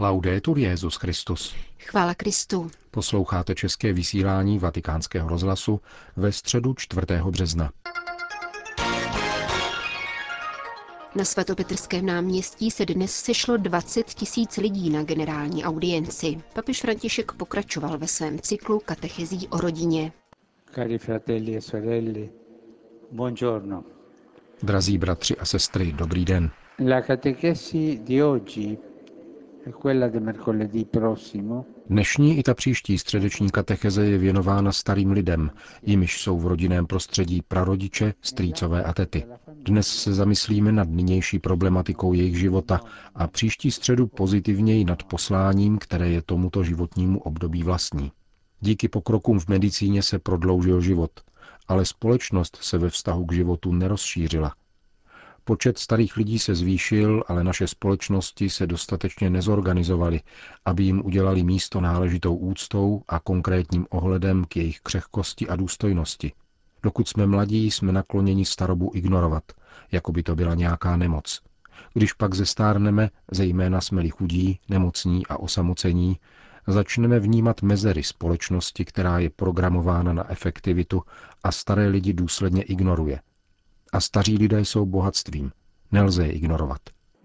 Laudetur Jesus Christus. Chvála Kristu. Posloucháte české vysílání Vatikánského rozhlasu ve středu 4. března. Na svatopetrském náměstí se dnes sešlo 20 000 lidí na generální audienci. Papež František pokračoval ve svém cyklu katechezí o rodině. Cari fratelli e sorelle, buongiorno. Drazí bratři a sestry, dobrý den. La catechesi di oggi e quella di mercoledì prossimo. Dnešní i ta příští středeční katecheze je věnována starým lidem, jimiž jsou v rodinném prostředí prarodiče, strýcové a tety. Dnes se zamyslíme nad nynější problematikou jejich života a příští středu pozitivněji nad posláním, které je tomuto životnímu období vlastní. Díky pokrokům v medicíně se prodloužil život, ale společnost se ve vztahu k životu nerozšířila. Počet starých lidí se zvýšil, ale naše společnosti se dostatečně nezorganizovaly, aby jim udělali místo náležitou úctou a konkrétním ohledem k jejich křehkosti a důstojnosti. Dokud jsme mladí, jsme nakloněni starobu ignorovat, jako by to byla nějaká nemoc. Když pak zestárneme, zejména jsme-li chudí, nemocní a osamocení, začneme vnímat mezery společnosti, která je programována na efektivitu a staré lidi důsledně ignoruje. A staří lidé jsou bohatstvím. Nelze je ignorovat.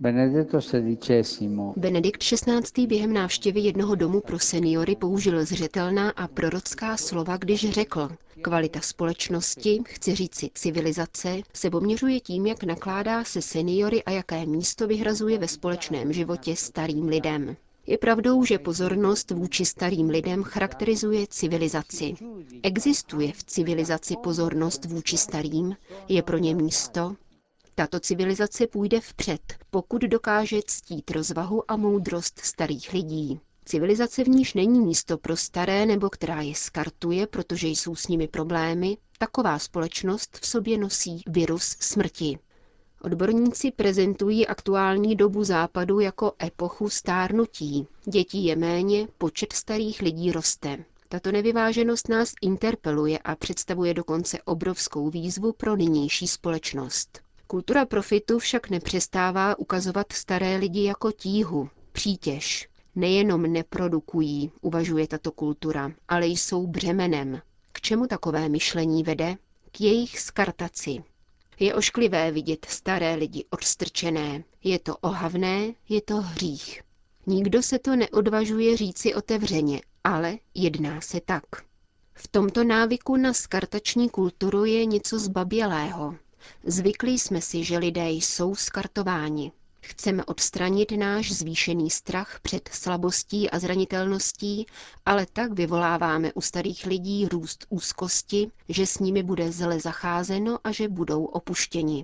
Benedikt XVI. Během návštěvy jednoho domu pro seniory použil zřetelná a prorocká slova, když řekl: kvalita společnosti, chci říci civilizace, se poměřuje tím, jak nakládá se seniory a jaké místo vyhrazuje ve společném životě starým lidem. Je pravdou, že pozornost vůči starým lidem charakterizuje civilizaci. Existuje v civilizaci pozornost vůči starým? Je pro ně místo? Tato civilizace půjde vpřed, pokud dokáže ctít rozvahu a moudrost starých lidí. Civilizace, v níž není místo pro staré nebo která je skartuje, protože jsou s nimi problémy, taková společnost v sobě nosí virus smrti. Odborníci prezentují aktuální dobu Západu jako epochu stárnutí. Dětí je méně, počet starých lidí roste. Tato nevyváženost nás interpeluje a představuje dokonce obrovskou výzvu pro nynější společnost. Kultura profitu však nepřestává ukazovat staré lidi jako tíhu, přítěž. Nejenom neprodukují, uvažuje tato kultura, ale jsou břemenem. K čemu takové myšlení vede? K jejich skartaci. Je ošklivé vidět staré lidi odstrčené. Je to ohavné, je to hřích. Nikdo se to neodvažuje říci otevřeně, ale jedná se tak. V tomto návyku na skartační kulturu je něco zbabělého. Zvykli jsme si, že lidé jsou skartováni. Chceme odstranit náš zvýšený strach před slabostí a zranitelností, ale tak vyvoláváme u starých lidí růst úzkosti, že s nimi bude zle zacházeno a že budou opuštěni.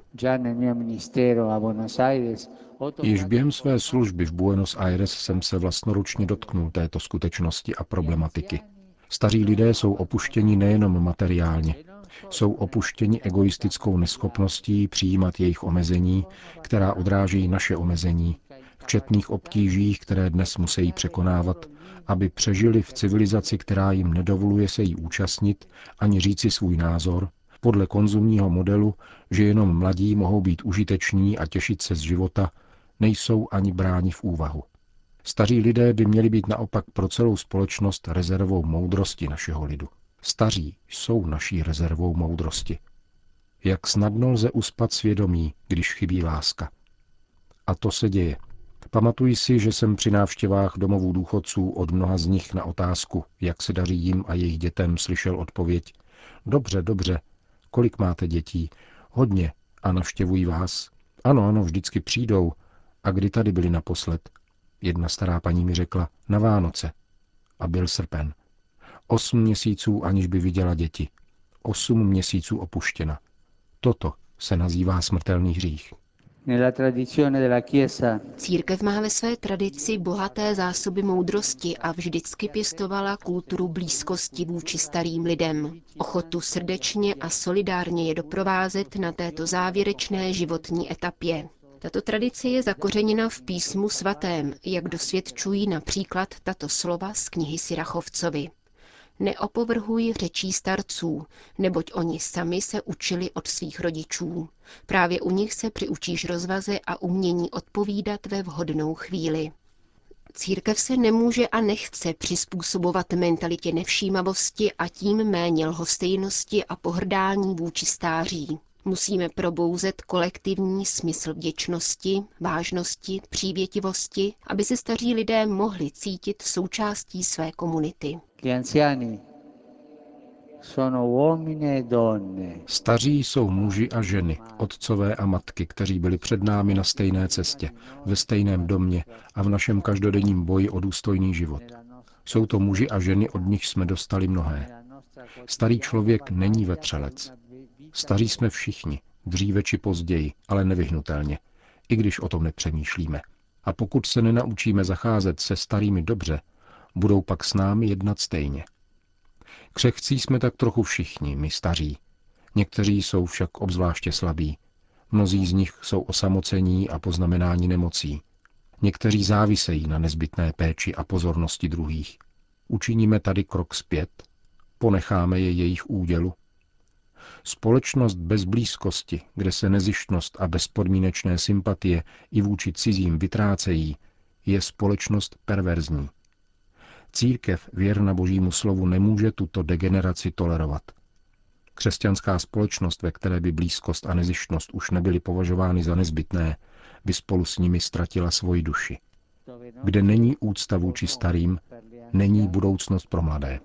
Již během své služby v Buenos Aires jsem se vlastnoručně dotknul této skutečnosti a problematiky. Staří lidé jsou opuštěni nejenom materiálně. Jsou opuštěni egoistickou neschopností přijímat jejich omezení, která odrážejí naše omezení, v četných obtížích, které dnes musí překonávat, aby přežili v civilizaci, která jim nedovoluje se jí účastnit ani říci svůj názor, podle konzumního modelu, že jenom mladí mohou být užiteční a těšit se z života, nejsou ani bráni v úvahu. Staří lidé by měli být naopak pro celou společnost rezervou moudrosti našeho lidu. Staří jsou naší rezervou moudrosti. Jak snadno lze uspat svědomí, když chybí láska. A to se děje. Pamatuji si, že jsem při návštěvách domovů důchodců od mnoha z nich na otázku, jak se daří jim a jejich dětem, slyšel odpověď: Dobře, dobře. Kolik máte dětí? Hodně. A navštěvují vás? Ano, vždycky přijdou. A kdy tady byli naposled? Jedna stará paní mi řekla: na Vánoce. A byl srpen. 8 měsíců, aniž by viděla děti. 8 měsíců opuštěna. Toto se nazývá smrtelný hřích. Církev má ve své tradici bohaté zásoby moudrosti a vždycky pěstovala kulturu blízkosti vůči starým lidem. Ochotu srdečně a solidárně je doprovázet na této závěrečné životní etapě. Tato tradice je zakořeněna v Písmu svatém, jak dosvědčují například tato slova z knihy Sirachovcovi. Neopovrhuj řečí starců, neboť oni sami se učili od svých rodičů. Právě u nich se přiučíš rozvaze a umění odpovídat ve vhodnou chvíli. Církev se nemůže a nechce přizpůsobovat mentalitě nevšímavosti a tím méně lhostejnosti a pohrdání vůči stáří. Musíme probouzet kolektivní smysl vděčnosti, vážnosti, přívětivosti, aby se staří lidé mohli cítit součástí své komunity. Staří jsou muži a ženy, otcové a matky, kteří byli před námi na stejné cestě, ve stejném domě a v našem každodenním boji o důstojný život. Jsou to muži a ženy, od nich jsme dostali mnohé. Starý člověk není vetřelec. Staří jsme všichni, dříve či později, ale nevyhnutelně, i když o tom nepřemýšlíme. A pokud se nenaučíme zacházet se starými dobře, budou pak s námi jednat stejně. Křehcí jsme tak trochu všichni, my staří. Někteří jsou však obzvláště slabí. Mnozí z nich jsou osamocení a poznamenáni nemocí. Někteří závisejí na nezbytné péči a pozornosti druhých. Učiníme tady krok zpět? Ponecháme je jejich údělu? Společnost bez blízkosti, kde se nezištnost a bezpodmínečné sympatie i vůči cizím vytrácejí, je společnost perverzní. Církev věrna Božímu slovu nemůže tuto degeneraci tolerovat. Křesťanská společnost, ve které by blízkost a nezištnost už nebyly považovány za nezbytné, by spolu s nimi ztratila svoji duši. Kde není úcta vůči starým, není budoucnost pro mladé.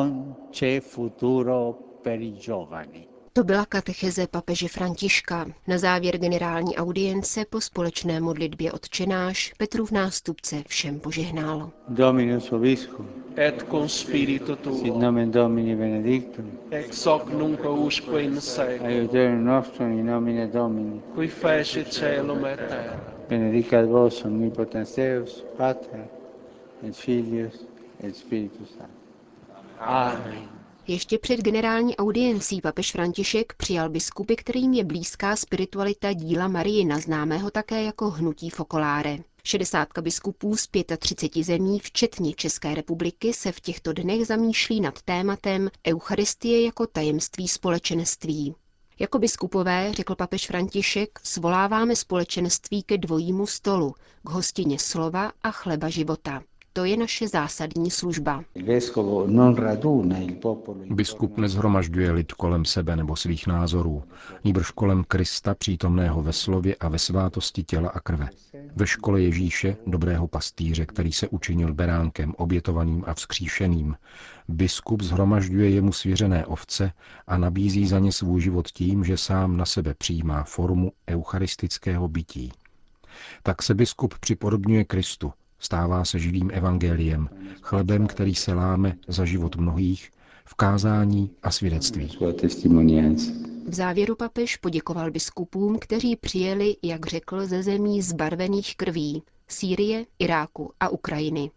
To byla katecheze papeže Františka. Na závěr generální audience po společné modlitbě Otčenáš Petrův nástupce všem požehnal. Dominus vobiscum. Et cum spiritu tuo. Sit nomen Domini benedictum. Ex hoc nunc usque in seculum. Aiuterium nostrum in nomine Domini. Qui fecit caelum et terra. Benedicat vos omnipotens Deus, Pater, et Filius, et Spiritus Sanctus. Amen. Ještě před generální audiencí papež František přijal biskupy, kterým je blízká spiritualita díla Mariina, známého také jako hnutí Focolare. 60 biskupů z 35 zemí, včetně České republiky, se v těchto dnech zamýšlí nad tématem Eucharistie jako tajemství společenství. Jako biskupové, řekl papež František, svoláváme společenství ke dvojímu stolu, k hostině slova a chleba života. To je naše zásadní služba. Biskup nezhromažďuje lid kolem sebe nebo svých názorů, nýbrž kolem Krista přítomného ve slově a ve svátosti těla a krve. Ve škole Ježíše, dobrého pastýře, který se učinil beránkem, obětovaným a vzkříšeným, biskup shromažďuje jemu svěřené ovce a nabízí za ně svůj život tím, že sám na sebe přijímá formu eucharistického bytí. Tak se biskup připodobňuje Kristu, stává se živým evangeliem, chlebem, který se láme za život mnohých, v kázání a svědectví. V závěru papež poděkoval biskupům, kteří přijeli, jak řekl, ze zemí zbarvených krví, Sýrie, Iráku a Ukrajiny.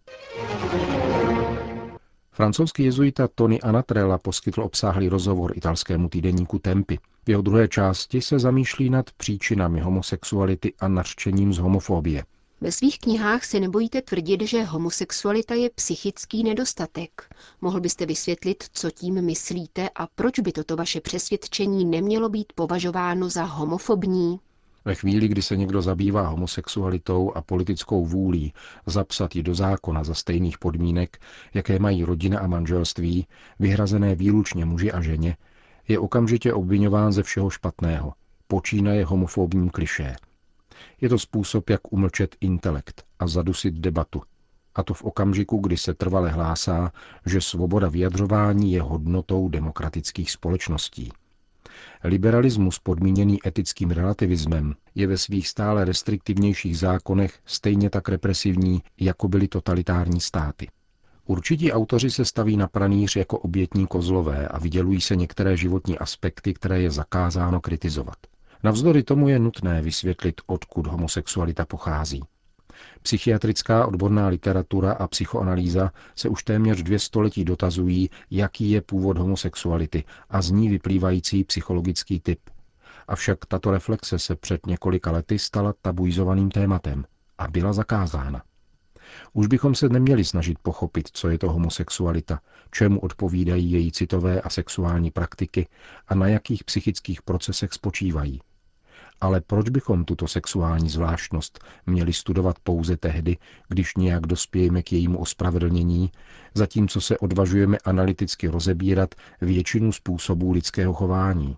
Francouzský jezuita Tony Anatrella poskytl obsáhlý rozhovor italskému týdeníku Tempi. V jeho druhé části se zamýšlí nad příčinami homosexuality a nařčením z homofobie. Ve svých knihách se nebojíte tvrdit, že homosexualita je psychický nedostatek. Mohl byste vysvětlit, co tím myslíte a proč by toto vaše přesvědčení nemělo být považováno za homofobní? Ve chvíli, kdy se někdo zabývá homosexualitou a politickou vůlí zapsat ji do zákona za stejných podmínek, jaké mají rodina a manželství, vyhrazené výlučně muži a ženě, je okamžitě obviňován ze všeho špatného, počínaje homofobním klišé. Je to způsob, jak umlčet intelekt a zadusit debatu. A to v okamžiku, kdy se trvale hlásá, že svoboda vyjadřování je hodnotou demokratických společností. Liberalismus podmíněný etickým relativismem je ve svých stále restriktivnějších zákonech stejně tak represivní, jako byly totalitární státy. Určití autoři se staví na pranýř jako obětní kozlové a vydělují se některé životní aspekty, které je zakázáno kritizovat. Navzdory tomu je nutné vysvětlit, odkud homosexualita pochází. Psychiatrická odborná literatura a psychoanalýza se už téměř 2 století dotazují, jaký je původ homosexuality a z ní vyplývající psychologický typ. Avšak tato reflexe se před několika lety stala tabuizovaným tématem a byla zakázána. Už bychom se neměli snažit pochopit, co je to homosexualita, čemu odpovídají její citové a sexuální praktiky a na jakých psychických procesech spočívají. Ale proč bychom tuto sexuální zvláštnost měli studovat pouze tehdy, když nějak dospějeme k jejímu ospravedlnění, zatímco se odvažujeme analyticky rozebírat většinu způsobů lidského chování?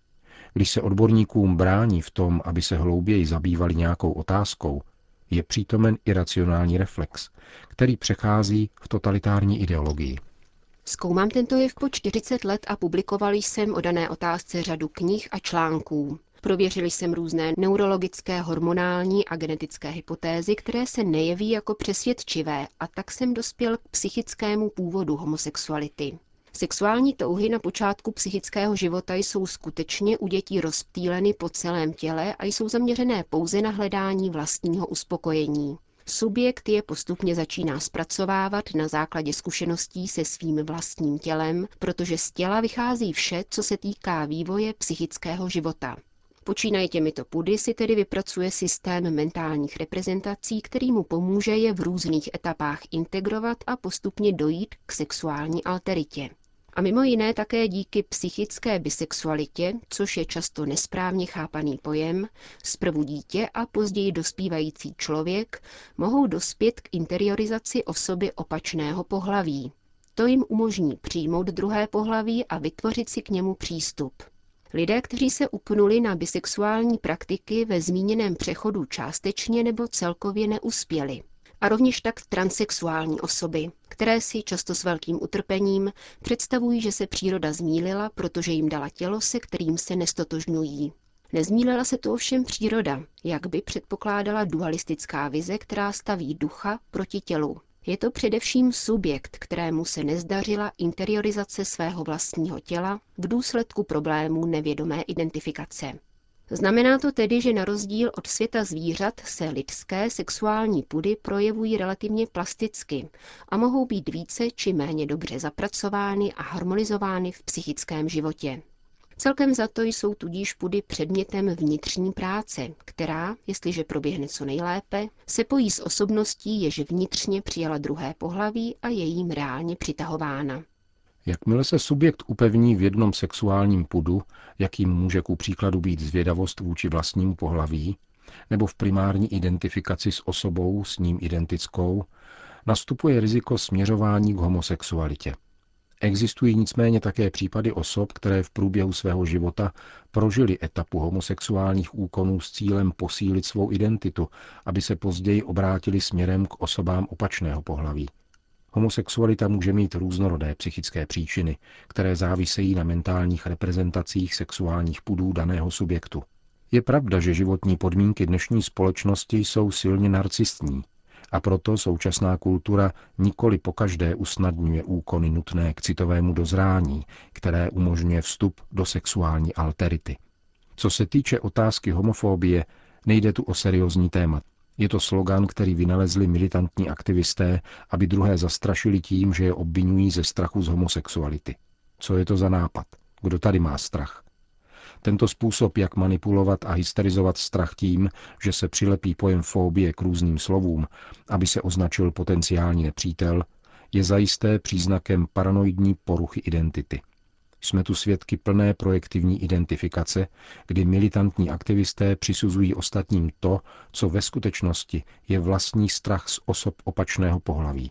Když se odborníkům brání v tom, aby se hlouběji zabývali nějakou otázkou, je přítomen iracionální reflex, který přechází v totalitární ideologii. Zkoumám tento jev po 40 let a publikoval jsem o dané otázce řadu knih a článků. Prověřili jsem různé neurologické, hormonální a genetické hypotézy, které se nejeví jako přesvědčivé, a tak jsem dospěl k psychickému původu homosexuality. Sexuální touhy na počátku psychického života jsou skutečně u dětí rozptýleny po celém těle a jsou zaměřené pouze na hledání vlastního uspokojení. Subjekt je postupně začíná zpracovávat na základě zkušeností se svým vlastním tělem, protože z těla vychází vše, co se týká vývoje psychického života. Počínaje těmito pudy si tedy vypracuje systém mentálních reprezentací, který mu pomůže je v různých etapách integrovat a postupně dojít k sexuální alteritě. A mimo jiné také díky psychické bisexualitě, což je často nesprávně chápaný pojem, zprvu dítě a později dospívající člověk mohou dospět k interiorizaci osoby opačného pohlaví. To jim umožní přijmout druhé pohlaví a vytvořit si k němu přístup. Lidé, kteří se upnuli na bisexuální praktiky, ve zmíněném přechodu částečně nebo celkově neuspěli. A rovněž tak transsexuální osoby, které si často s velkým utrpením představují, že se příroda zmýlila, protože jim dala tělo, se kterým se nestotožňují. Nezmýlila se tu ovšem příroda, jak by předpokládala dualistická vize, která staví ducha proti tělu. Je to především subjekt, kterému se nezdařila interiorizace svého vlastního těla v důsledku problémů nevědomé identifikace. Znamená to tedy, že na rozdíl od světa zvířat se lidské sexuální pudy projevují relativně plasticky a mohou být více či méně dobře zapracovány a harmonizovány v psychickém životě. Celkem za to jsou tudíž pudy předmětem vnitřní práce, která, jestliže proběhne co nejlépe, se pojí s osobností, jež vnitřně přijala druhé pohlaví a je jím reálně přitahována. Jakmile se subjekt upevní v jednom sexuálním pudu, jakým může ku příkladu být zvědavost vůči vlastnímu pohlaví, nebo v primární identifikaci s osobou s ním identickou, nastupuje riziko směřování k homosexualitě. Existují nicméně také případy osob, které v průběhu svého života prožily etapu homosexuálních úkonů s cílem posílit svou identitu, aby se později obrátili směrem k osobám opačného pohlaví. Homosexualita může mít různorodé psychické příčiny, které závisejí na mentálních reprezentacích sexuálních pudů daného subjektu. Je pravda, že životní podmínky dnešní společnosti jsou silně narcistní, a proto současná kultura nikoli pokaždé usnadňuje úkony nutné k citovému dozrání, které umožňuje vstup do sexuální alterity. Co se týče otázky homofobie, nejde tu o seriózní téma. Je to slogan, který vynalezli militantní aktivisté, aby druhé zastrašili tím, že je obvinují ze strachu z homosexuality. Co je to za nápad? Kdo tady má strach? Tento způsob, jak manipulovat a hysterizovat strach tím, že se přilepí pojem fobie k různým slovům, aby se označil potenciální nepřítel, je zajisté příznakem paranoidní poruchy identity. Jsme tu svědky plné projektivní identifikace, kdy militantní aktivisté přisuzují ostatním to, co ve skutečnosti je vlastní strach z osob opačného pohlaví.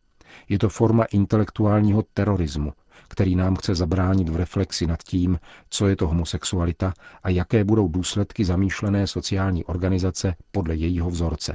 Je to forma intelektuálního terorismu, který nám chce zabránit v reflexi nad tím, co je to homosexualita a jaké budou důsledky zamýšlené sociální organizace podle jejího vzorce.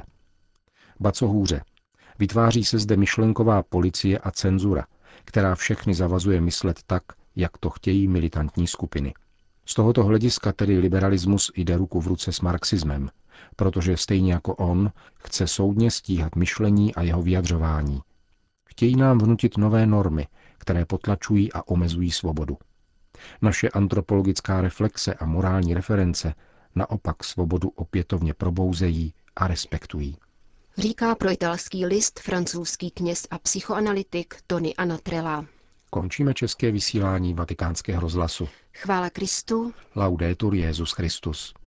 Ba co hůře, vytváří se zde myšlenková policie a cenzura, která všechny zavazuje myslet tak, jak to chtějí militantní skupiny. Z tohoto hlediska tedy liberalismus jde ruku v ruce s marxismem, protože stejně jako on chce soudně stíhat myšlení a jeho vyjadřování. Chtějí nám vnutit nové normy, které potlačují a omezují svobodu. Naše antropologická reflexe a morální reference naopak svobodu opětovně probouzejí a respektují. Říká pro italský list francouzský kněz a psychoanalytik Tony Anatrella. Končíme české vysílání Vatikánského rozhlasu. Chvála Kristu. Laudetur Jesus Christus.